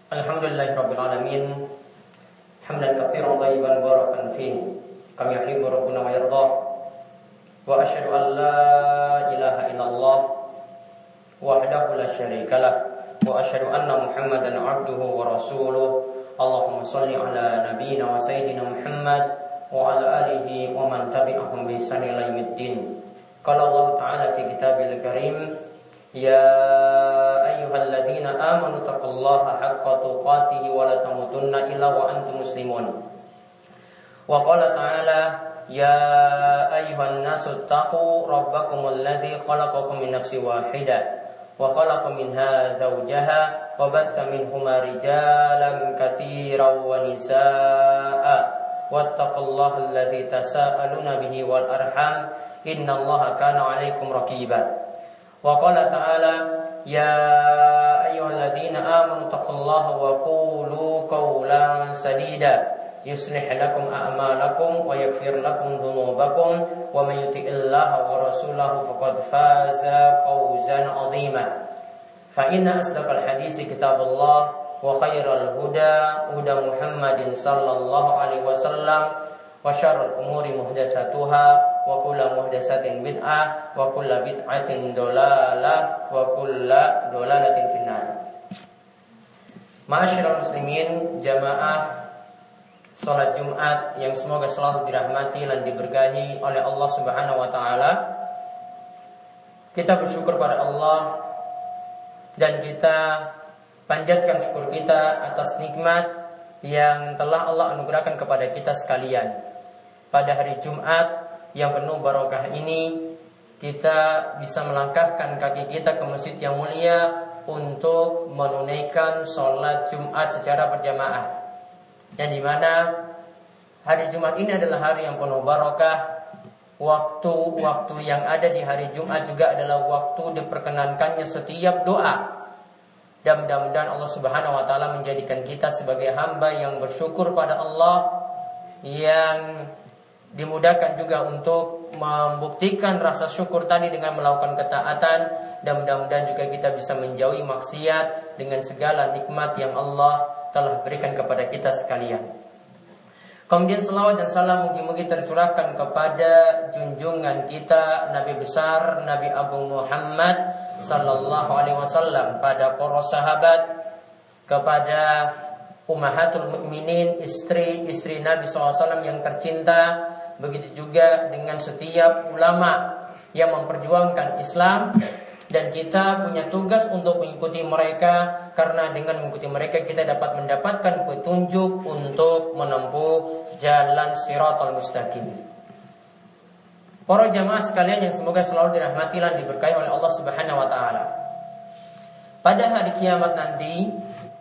Alhamdulillahirabbil alamin. Hamdan katsiran thayyiban barakan fihi kama yuhibbu rabbuna wa yardah. Wa asyhadu an la ilaha illallah wahdahu la syarikalah wa asyhadu anna Muhammadan 'abduhu wa rasuluh. Allahumma shalli ala nabiyyina wa sayyidina Muhammad wa ala alihi wa man tabi'ahum bi ihsan ila yaumiddin. Qala Allah Ta'ala fi kitabil karim, ya ayyuhalladzina amanu taqullaha haqqa tuqatih wa la tamutunna illa wa antum muslimun. Wa qala ta'ala, ya ayyuhan nasu taqu rabbakumul ladzi khalaqakum min nafsin wahidah wa khalaqa minha zawjaha wa batha minhuma rijalan katsiran wa nisaa'a wattaqullaha alladzi tasaaluna bihi wal arham innallaha kana 'alaikum raqiba. Wa qala ta'ala, ya ayyuhalladzina amanu taqullaha wa qulu qawlan sadida yuslih lakum a'malakum wa yaghfir lakum dhunubakum wa may yuti'illaha wa rasulahu faqad faza fawzan 'azima. Fa inna asdaqal haditsi kitabullah wa khairal huda huda Muhammadin sallallahu alaihi wasallam wa syarrul umuri muhdatsatuha wa kullu muhdatsatin bid'ah wa kullu bid'atin dhalalah wa kullu dhalalatin finnar. Ma'asyiral muslimin, jamaah salat Jumat yang semoga selalu dirahmati dan diberkahi oleh Allah Subhanahu wa taala. Kita bersyukur pada Allah dan kita panjatkan syukur kita atas nikmat yang telah Allah anugerahkan kepada kita sekalian. Pada hari Jumat yang penuh barokah ini, kita bisa melangkahkan kaki kita ke masjid yang mulia untuk menunaikan sholat Jumat secara berjamaah. Dan di mana hari Jumat ini adalah hari yang penuh barokah. Waktu-waktu yang ada di hari Jumat juga adalah waktu diperkenankannya setiap doa. Dan mudah-mudahan Allah Subhanahu wa taala menjadikan kita sebagai hamba yang bersyukur pada Allah, yang dimudahkan juga untuk membuktikan rasa syukur tadi dengan melakukan ketaatan, dan mudah-mudahan juga kita bisa menjauhi maksiat dengan segala nikmat yang Allah telah berikan kepada kita sekalian. Kemudian selawat dan salam mugi-mugi tercurahkan kepada junjungan kita Nabi besar, Nabi Agung Muhammad sallallahu alaihi wasallam, pada para sahabat, kepada ummahatul mukminin, istri-istri Nabi SAW yang tercinta. Begitu juga dengan setiap ulama yang memperjuangkan Islam. Dan kita punya tugas untuk mengikuti mereka, karena dengan mengikuti mereka kita dapat mendapatkan petunjuk untuk menempuh jalan Shiratal Mustaqim. Para jamaah sekalian yang semoga selalu dirahmati dan diberkahi oleh Allah Subhanahu wa taala. Pada hari kiamat nanti,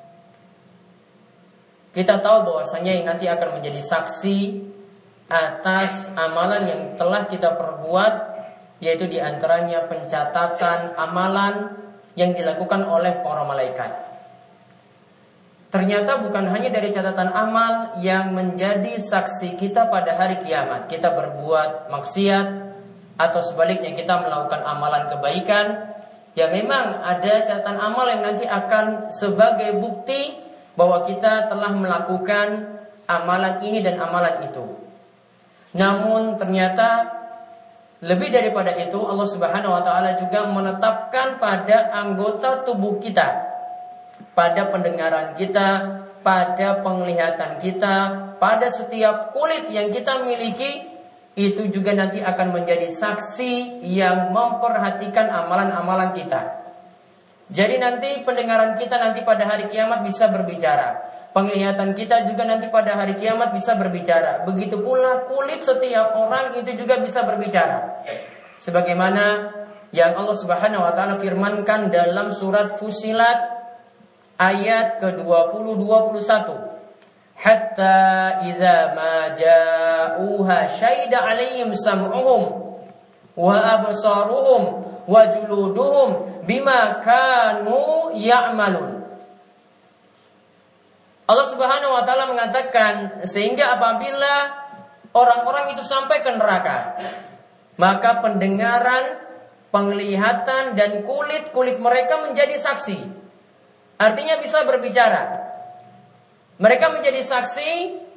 kita tahu bahwasanya yang nanti akan menjadi saksi atas amalan yang telah kita perbuat, yaitu diantaranya pencatatan amalan yang dilakukan oleh para malaikat. Ternyata bukan hanya dari catatan amal yang menjadi saksi kita pada hari kiamat. Kita berbuat maksiat atau sebaliknya kita melakukan amalan kebaikan, ya memang ada catatan amal yang nanti akan sebagai bukti bahwa kita telah melakukan amalan ini dan amalan itu. Namun ternyata lebih daripada itu, Allah Subhanahu wa taala juga menetapkan pada anggota tubuh kita, pada pendengaran kita, pada penglihatan kita, pada setiap kulit yang kita miliki, itu juga nanti akan menjadi saksi yang memperhatikan amalan-amalan kita. Jadi nanti pendengaran kita nanti pada hari kiamat bisa berbicara. Penglihatan kita juga nanti pada hari kiamat bisa berbicara. Begitu pula kulit setiap orang itu juga bisa berbicara. Sebagaimana yang Allah Subhanahu wa taala firmankan dalam surat Fussilat ayat ke-20-21. Hatta idza ma ja'uha syahida 'alaihim sam'uhum wa absaruhum wa juluduhum bima kanu ya'malun. Allah Subhanahu wa taala mengatakan, sehingga apabila orang-orang itu sampai ke neraka, maka pendengaran, penglihatan dan kulit mereka menjadi saksi. Artinya bisa berbicara. Mereka menjadi saksi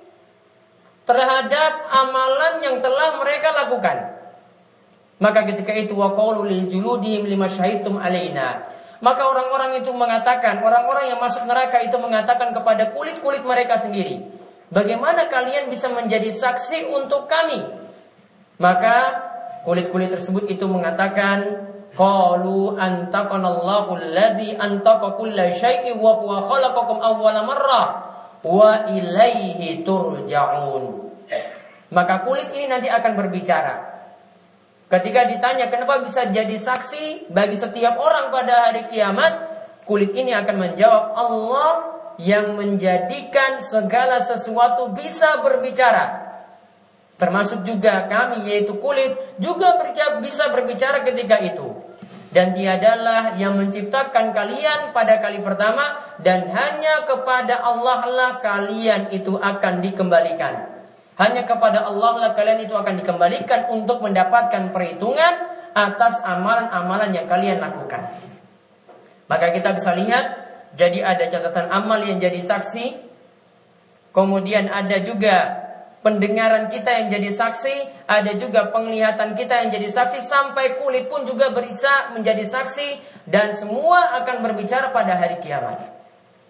terhadap amalan yang telah mereka lakukan. Maka ketika itu waqalu lil juludihim lima syahidtum alaina. Maka orang-orang itu mengatakan, orang-orang yang masuk neraka itu mengatakan kepada kulit-kulit mereka sendiri, bagaimana kalian bisa menjadi saksi untuk kami? Maka kulit-kulit tersebut itu mengatakan, qalu antaqanallahu alladzi antaqa kulla syai'in wa huwa khalaqakum awwala marrah wa ilaihi turja'un. Maka kulit ini nanti akan berbicara. Ketika ditanya kenapa bisa jadi saksi bagi setiap orang pada hari kiamat, kulit ini akan menjawab, Allah yang menjadikan segala sesuatu bisa berbicara. Termasuk juga kami, yaitu kulit, juga bisa berbicara ketika itu. Dan tiadalah yang menciptakan kalian pada kali pertama, dan hanya kepada Allah lah kalian itu akan dikembalikan. Hanya kepada Allah lah kalian itu akan dikembalikan untuk mendapatkan perhitungan atas amalan-amalan yang kalian lakukan. Maka kita bisa lihat, jadi ada catatan amal yang jadi saksi, kemudian ada juga pendengaran kita yang jadi saksi, ada juga penglihatan kita yang jadi saksi, sampai kulit pun juga bisa menjadi saksi, dan semua akan berbicara pada hari kiamat.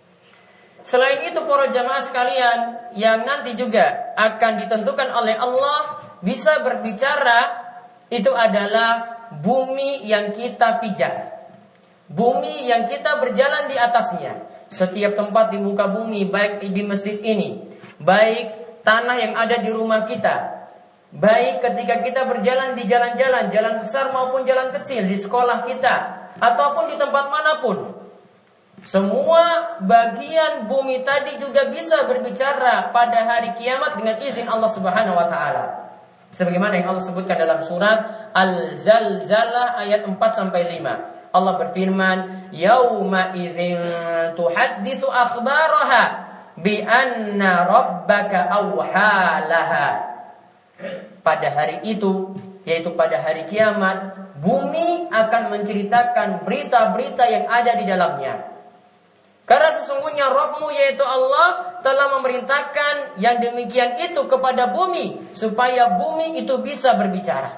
Selain itu para jamaah sekalian, yang nanti juga akan ditentukan oleh Allah bisa berbicara, itu adalah bumi yang kita pijak, bumi yang kita berjalan di atasnya. Setiap tempat di muka bumi, baik di masjid ini, baik tanah yang ada di rumah kita, baik ketika kita berjalan di jalan-jalan, jalan besar maupun jalan kecil, di sekolah kita, ataupun di tempat manapun, semua bagian bumi tadi juga bisa berbicara pada hari kiamat dengan izin Allah Subhanahu wa taala. Sebagaimana yang Allah sebutkan dalam surat Al-Zalzalah ayat 4 sampai 5. Allah berfirman, "Yauma idzin tuhadditsu akhbaraha bi anna rabbaka awhalaha." Pada hari itu, yaitu pada hari kiamat, bumi akan menceritakan berita-berita yang ada di dalamnya. Karena sesungguhnya Rabbmu yaitu Allah telah memerintahkan yang demikian itu kepada bumi, supaya bumi itu bisa berbicara.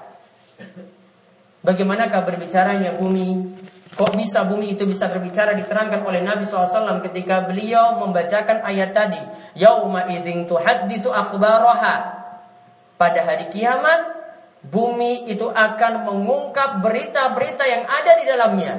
Bagaimanakah berbicaranya bumi? Kok bisa bumi itu bisa berbicara? Diterangkan oleh Nabi SAW ketika beliau membacakan ayat tadi, Yauma idzin tuhadditsu akhbaraha. Pada hari kiamat, bumi itu akan mengungkap berita-berita yang ada di dalamnya.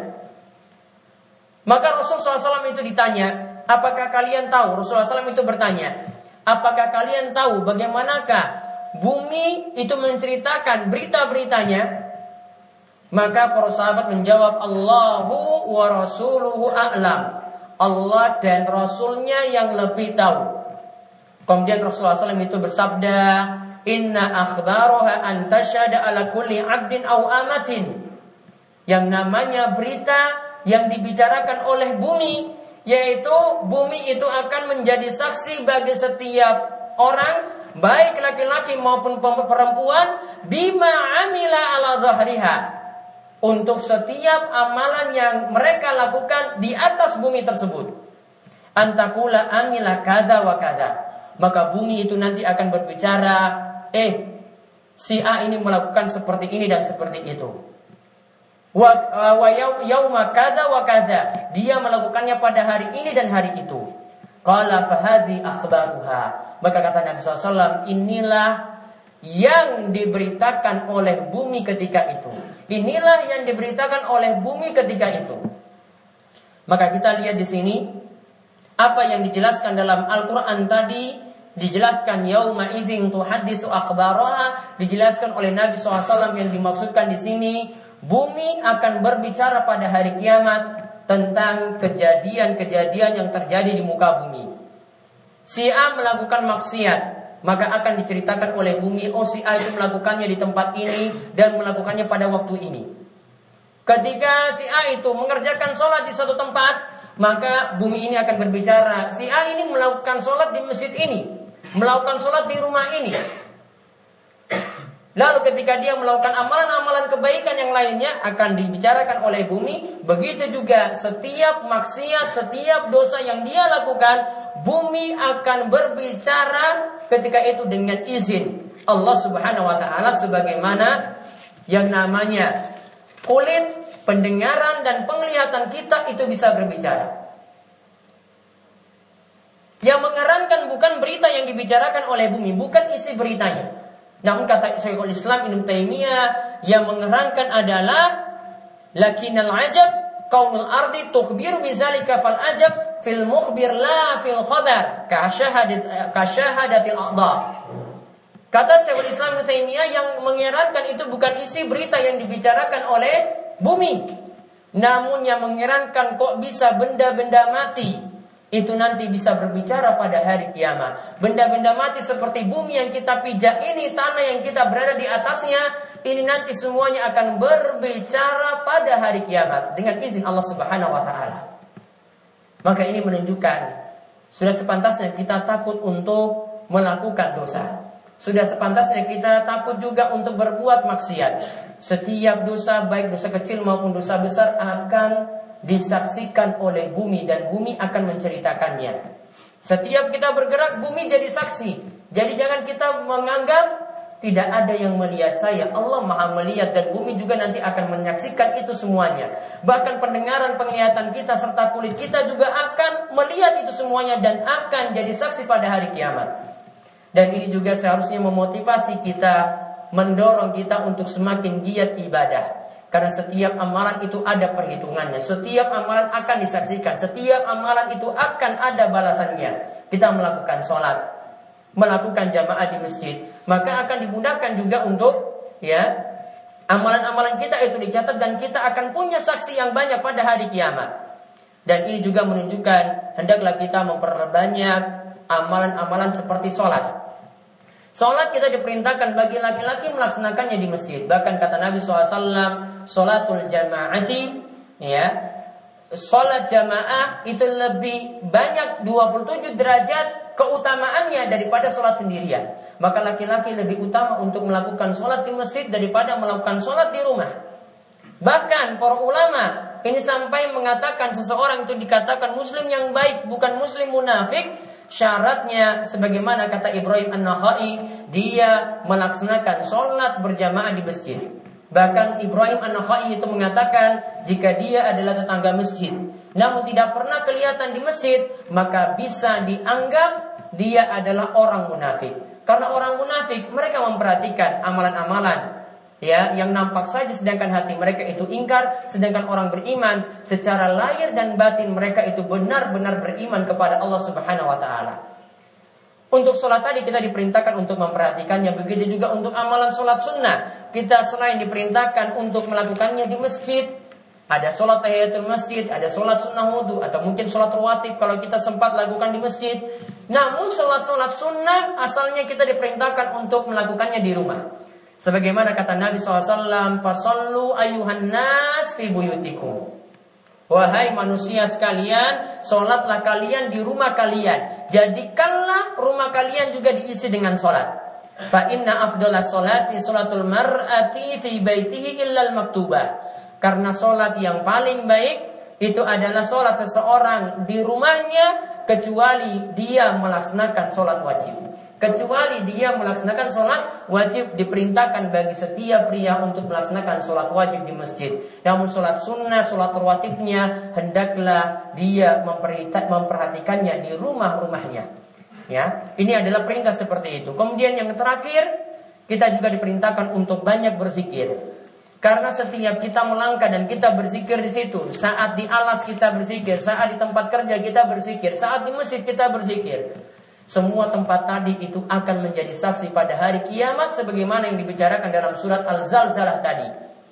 Maka Rasulullah SAW itu ditanya, apakah kalian tahu? Rasulullah SAW itu bertanya, apakah kalian tahu bagaimanakah bumi itu menceritakan berita-beritanya? Maka para sahabat menjawab, Allahu wa rasuluhu a'lam. Allah dan Rasulnya yang lebih tahu. Kemudian Rasulullah SAW itu bersabda, Inna akhbaroha antashada ala kulli abdin aw amatin. Yang namanya berita yang dibicarakan oleh bumi, yaitu bumi itu akan menjadi saksi bagi setiap orang, baik laki-laki maupun perempuan, bima amila ala zahriha, untuk setiap amalan yang mereka lakukan di atas bumi tersebut. Antakula amila kada wa kada. Maka bumi itu nanti akan berbicara, si A ini melakukan seperti ini dan seperti itu. Wa yauma kadza wa kadza, dia melakukannya pada hari ini dan hari itu. Qala fa hadhi akhbaruha. Maka kata Nabi SAW, inilah yang diberitakan oleh bumi ketika itu. Inilah yang diberitakan oleh bumi ketika itu. Maka kita lihat di sini apa yang dijelaskan dalam Al-Qur'an tadi. Dijelaskan yauma idzin tuhadditsu akhbaraha, dijelaskan oleh Nabi SAW yang dimaksudkan di sini, bumi akan berbicara pada hari kiamat tentang kejadian-kejadian yang terjadi di muka bumi. Si A melakukan maksiat, maka akan diceritakan oleh bumi, si A itu melakukannya di tempat ini dan melakukannya pada waktu ini. Ketika si A itu mengerjakan sholat di suatu tempat, maka bumi ini akan berbicara, si A ini melakukan sholat di masjid ini, melakukan sholat di rumah ini. Lalu ketika dia melakukan amalan-amalan kebaikan yang lainnya akan dibicarakan oleh bumi. Begitu juga setiap maksiat, setiap dosa yang dia lakukan, bumi akan berbicara ketika itu dengan izin Allah Subhanahu wa taala, sebagaimana yang namanya kulit, pendengaran dan penglihatan kita itu bisa berbicara. Yang mengherankan bukan berita yang dibicarakan oleh bumi, bukan isi beritanya. Namun kata Syekhul Islam Ibnu Taimiyah, yang mengherankan adalah lakinnal ajab kaunul ardi tukhbiru bizalika fal ajab fil mukhbir la fil khabar ka syahadatil a'dha. Kata Syekhul Islam Ibnu Taimiyah, yang mengherankan itu bukan isi berita yang dibicarakan oleh bumi, namun yang mengherankan kok bisa benda-benda mati itu nanti bisa berbicara pada hari kiamat. Benda-benda mati seperti bumi yang kita pijak ini, tanah yang kita berada di atasnya, ini nanti semuanya akan berbicara pada hari kiamat dengan izin Allah Subhanahu wa taala. Maka ini menunjukkan sudah sepantasnya kita takut untuk melakukan dosa. Sudah sepantasnya kita takut juga untuk berbuat maksiat. Setiap dosa, baik dosa kecil maupun dosa besar, akan disaksikan oleh bumi dan bumi akan menceritakannya. Setiap kita bergerak, bumi jadi saksi. Jadi jangan kita menganggap tidak ada yang melihat saya. Allah Maha melihat dan bumi juga nanti akan menyaksikan itu semuanya. Bahkan pendengaran, penglihatan kita serta kulit kita juga akan melihat itu semuanya dan akan jadi saksi pada hari kiamat. Dan ini juga seharusnya memotivasi kita, mendorong kita untuk semakin giat ibadah. Karena setiap amalan itu ada perhitungannya. Setiap amalan akan disaksikan. Setiap amalan itu akan ada balasannya. Kita melakukan sholat, melakukan jamaah di masjid, maka akan dimudahkan juga untuk amalan-amalan kita itu dicatat dan kita akan punya saksi yang banyak pada hari kiamat. Dan ini juga menunjukkan hendaklah kita memperbanyak amalan-amalan seperti sholat. Sholat kita diperintahkan bagi laki-laki melaksanakannya di masjid. Bahkan kata Nabi SAW, sholatul jama'ati, sholat jamaah itu lebih banyak 27 derajat keutamaannya daripada sholat sendirian. Maka laki-laki lebih utama untuk melakukan sholat di masjid daripada melakukan sholat di rumah. Bahkan para ulama ini sampai mengatakan seseorang itu dikatakan muslim yang baik, bukan muslim munafik. Syaratnya sebagaimana kata Ibrahim An-Nakhai, dia melaksanakan sholat berjamaah di masjid. Bahkan Ibrahim An-Nakhai itu mengatakan jika dia adalah tetangga masjid namun tidak pernah kelihatan di masjid, maka bisa dianggap dia adalah orang munafik. Karena orang munafik mereka memperhatikan amalan-amalan yang nampak saja, sedangkan hati mereka itu ingkar. Sedangkan orang beriman secara lahir dan batin mereka itu benar-benar beriman kepada Allah Subhanahu wa taala. Untuk sholat tadi kita diperintahkan untuk memperhatikannya. Begitu juga untuk amalan sholat sunnah, kita selain diperintahkan untuk melakukannya di masjid, ada sholat tahiyatul masjid, ada sholat sunnah wudu, atau mungkin sholat rawatib kalau kita sempat lakukan di masjid. Namun sholat-sholat sunnah asalnya kita diperintahkan untuk melakukannya di rumah. Sebagaimana kata Nabi SAW, fasallu ayuhan nas fi buyutikum. Wahai manusia sekalian, sholatlah kalian di rumah kalian. Jadikanlah rumah kalian juga diisi dengan sholat. Fa inna afdalas sholati sholatul mar'ati fi baitihi illal maktubah. Karena sholat yang paling baik itu adalah sholat seseorang di rumahnya, kecuali dia melaksanakan sholat wajib. Kecuali dia melaksanakan sholat wajib, diperintahkan bagi setiap pria untuk melaksanakan sholat wajib di masjid. Namun sholat sunnah, sholat rawatibnya hendaklah dia memperhatikannya di rumah-rumahnya. Ini adalah perintah seperti itu. Kemudian yang terakhir, kita juga diperintahkan untuk banyak berzikir. Karena setiap kita melangkah dan kita berzikir di situ, saat di alas kita berzikir, saat di tempat kerja kita berzikir, saat di masjid kita berzikir, semua tempat tadi itu akan menjadi saksi pada hari kiamat sebagaimana yang dibicarakan dalam surat Al-Zalzalah tadi.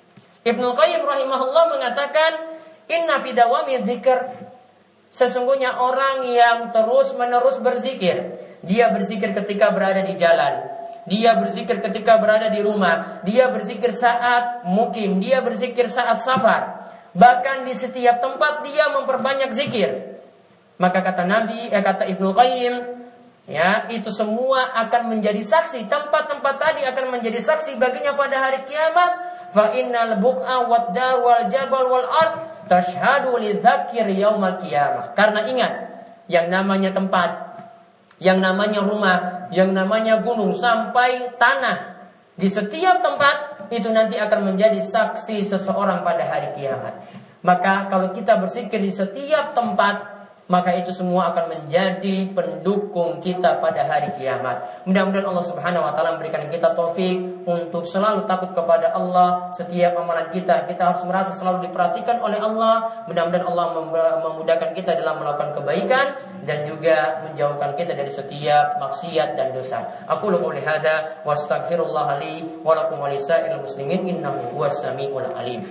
Ibnu Qayyim rahimahullah mengatakan, inna fi dawami dzikr, sesungguhnya orang yang terus-menerus berzikir, dia berzikir ketika berada di jalan, dia berzikir ketika berada di rumah, dia berzikir saat mukim, dia berzikir saat safar, bahkan di setiap tempat dia memperbanyak zikir. Maka kata Ibnu Qayyim, Ya, itu semua akan menjadi saksi. Tempat-tempat tadi akan menjadi saksi baginya pada hari kiamat. Fa innal buqa wad dar wal jabal wal ard tashhadu li dzakir yaumal qiyamah. Karena ingat, yang namanya tempat, yang namanya rumah, yang namanya gunung sampai tanah, di setiap tempat itu nanti akan menjadi saksi seseorang pada hari kiamat. Maka kalau kita bersikir di setiap tempat, maka itu semua akan menjadi pendukung kita pada hari kiamat. Mudah-mudahan Allah Subhanahu wa taala memberikan kita taufik untuk selalu takut kepada Allah. Setiap amalan kita harus merasa selalu diperhatikan oleh Allah. Mudah-mudahan Allah memudahkan kita dalam melakukan kebaikan dan juga menjauhkan kita dari setiap maksiat dan dosa. Aku qouli hadza wa astaghfirullah li wa lakum wa lisa'il muslimin innahu huwas samiul alim.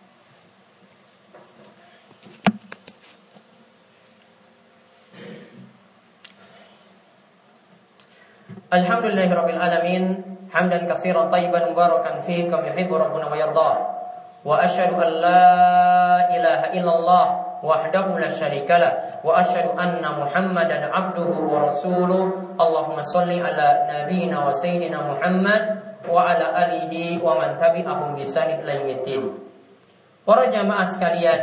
Alhamdulillahirabbil alamin hamdan katsiran thayyiban mubarakan fihi kama yuhibbu rabbuna wa yarda. Wa asyhadu an la ilaha illallah wahdahu la syarikalah wa asyhadu anna Muhammadan abduhu wa rasuluh. Allahumma shalli ala nabiyyina wa sayyidina Muhammad wa ala alihi wa man tabi'ahum bi ihsan ila yaumil. Para jamaah sekalian,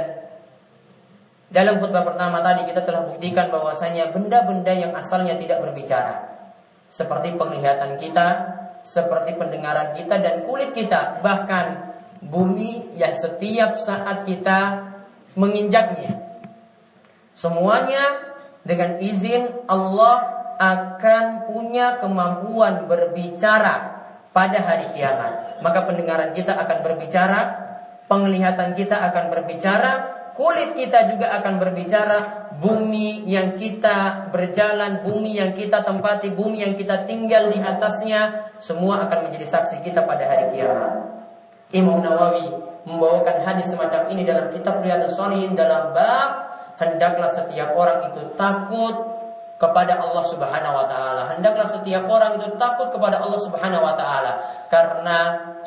dalam khutbah pertama tadi kita telah buktikan bahwasanya benda-benda yang asalnya tidak berbicara, seperti penglihatan kita, seperti pendengaran kita dan kulit kita, bahkan bumi yang setiap saat kita menginjaknya, semuanya dengan izin Allah akan punya kemampuan berbicara pada hari kiamat. Maka pendengaran kita akan berbicara, penglihatan kita akan berbicara, kulit kita juga akan berbicara. Bumi yang kita berjalan, bumi yang kita tempati, bumi yang kita tinggal di atasnya, semua akan menjadi saksi kita pada hari kiamat. Imam Nawawi membawakan hadis semacam ini dalam kitab Riyadhus Shalihin dalam bab hendaklah setiap orang itu takut kepada Allah Subhanahu wa taala. Hendaklah setiap orang itu takut kepada Allah Subhanahu wa taala karena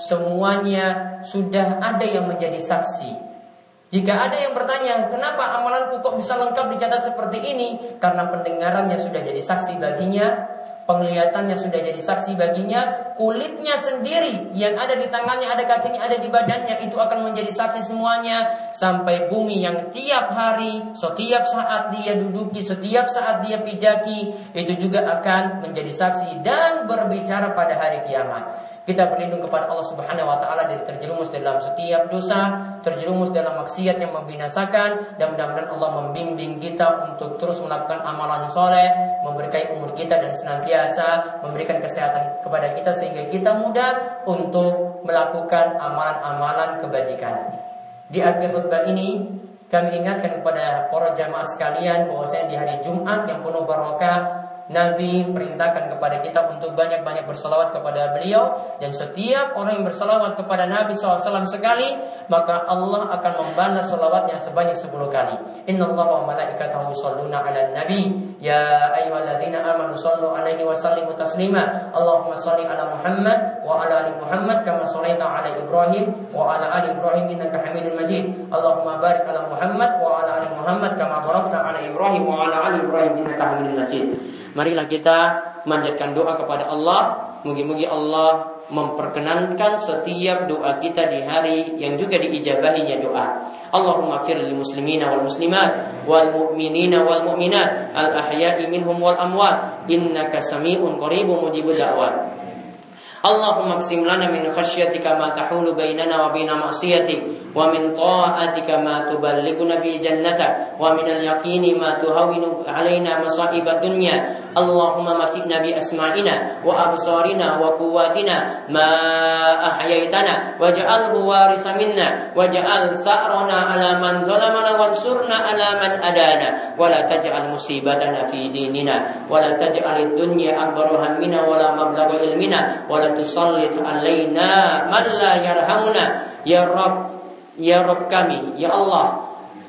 semuanya sudah ada yang menjadi saksi. Jika ada yang bertanya, kenapa amalanku kok bisa lengkap dicatat seperti ini? Karena pendengarannya sudah jadi saksi baginya, penglihatannya sudah jadi saksi baginya, kulitnya sendiri yang ada di tangannya, ada kakinya, ada di badannya, itu akan menjadi saksi semuanya. Sampai bumi yang tiap hari, setiap saat dia duduki, setiap saat dia pijaki, itu juga akan menjadi saksi dan berbicara pada hari kiamat. Kita berlindung kepada Allah Subhanahu wa taala dari terjerumus dalam setiap dosa, terjerumus dalam maksiat yang membinasakan, dan mudah-mudahan Allah membimbing kita untuk terus melakukan amalan soleh, memberkahi umur kita dan senantiasa memberikan kesehatan kepada kita sehingga kita mudah untuk melakukan amalan-amalan kebajikan. Di akhir khutbah ini kami ingatkan kepada para jamaah sekalian bahwasanya di hari Jumat yang penuh barokah, Nabi perintahkan kepada kita untuk banyak-banyak berselawat kepada beliau. Dan setiap orang yang berselawat kepada Nabi SAW sekali, maka Allah akan membalas selawatnya sebanyak 10 kali. Innallaha wa malaikatahu yusholluna 'alan nabi ya ayyuhalladzina amanu shallu 'alaihi wa sallimu taslima. Allahumma shalli 'ala Muhammad wa 'ala ali Muhammad kama shallaita 'ala Ibrahim wa 'ala ali Ibrahim innaka Hamidum Majid. Allahumma barik 'ala Muhammad wa 'ala ali Muhammad kama barakta 'ala Ibrahim wa 'ala ali Ibrahim innaka Hamidum Majid. Marilah kita manjatkan doa kepada Allah. Mugi-mugi Allah memperkenankan setiap doa kita di hari yang juga diijabahinya doa. Allahumma ighfir lil muslimina wal muslimat wal mu'minina wal mu'minat al ahya'i minhum wal amwat innaka sami'un qaribun mujibud da'wat. Allahumma qsim lana min khasyatika ma tahulu bainana wa baina ma'siyatik wa min ta'atika ma tuballighuna bi jannatak wa min al-yaqini ma tuhawwinu alaina masa'ibad dunya. Allahumma matibna bi asma'ina wa absarina wa quwwatina ma ahyaytana waj'alhu warisa minna waj'al sa'rana ala man zalamana wansurna ala man adana wa la taj'al musibatana fi dinina wa la taj'alid dunya akbar hammina wa la mablagha ilmina wa la tusallit alaina man la yarhamuna. Ya Rabb kami, ya Allah,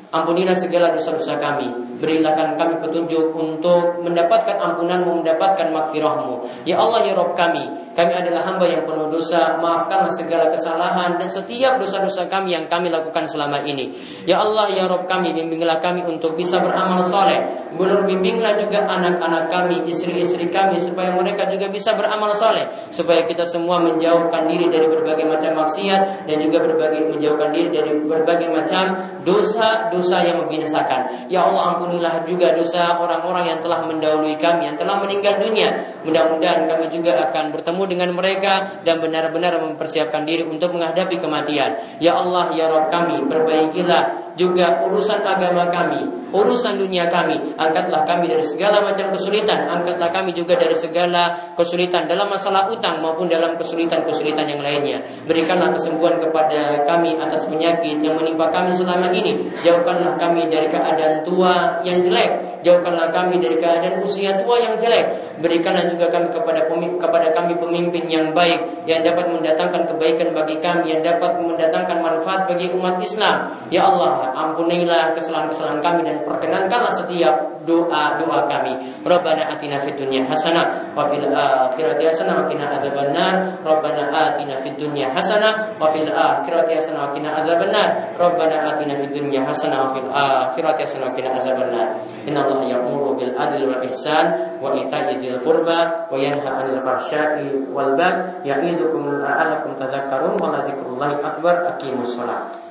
Ampunilah segala dosa-dosa kami. Berilah kami petunjuk untuk mendapatkan ampunan-Mu, mendapatkan magfirah-Mu. Ya Allah, ya Rabb kami adalah hamba yang penuh dosa. Maafkanlah segala kesalahan dan setiap dosa-dosa kami yang kami lakukan selama ini. Ya Allah, ya Rabb kami, bimbinglah kami untuk bisa beramal soleh. Bimbinglah juga anak-anak kami, istri-istri kami, supaya mereka juga bisa beramal soleh. Supaya kita semua menjauhkan diri dari berbagai macam maksiat dan juga menjauhkan diri dari berbagai macam dosa yang membinasakan. Ya Allah, ampunilah juga dosa orang-orang yang telah mendahului kami, yang telah meninggal dunia. Mudah-mudahan kami juga akan bertemu dengan mereka dan benar-benar mempersiapkan diri untuk menghadapi kematian. Ya Allah, ya Rabb kami, perbaikilah juga urusan agama kami, urusan dunia kami. Angkatlah kami dari segala macam kesulitan. Angkatlah kami juga dari segala kesulitan dalam masalah utang maupun dalam kesulitan-kesulitan yang lainnya. Berikanlah kesembuhan kepada kami atas penyakit yang menimpa kami selama ini. Jauhkanlah kami dari keadaan tua yang jelek. Jauhkanlah kami dari keadaan usia tua yang jelek. Berikanlah juga kami kepada kami pemimpin yang baik, yang dapat mendatangkan kebaikan bagi kami, yang dapat mendatangkan manfaat bagi umat Islam. Ya Allah, ampunilah kesalahan-kesalahan kami dan perkenankanlah setiap doa-doa kami. Rabbana atina fid dunya hasanah wa fil akhirati hasanah wa qina adzabannar. Rabbana atina fid dunya hasanah wa fil akhirati hasanah wa qina adzabannar. Rabbana atina fid dunya hasanah wa fil akhirati hasanah wa qina adzabannar. Innallaha ya'muru bil adli wal ihsan wa ita'i dzil qurba wa yanha 'anil fahsya'i wal baghi ya'idukum la'allakum tadhakkarun wa la dzikrullahi akbar. Aqimus shalah.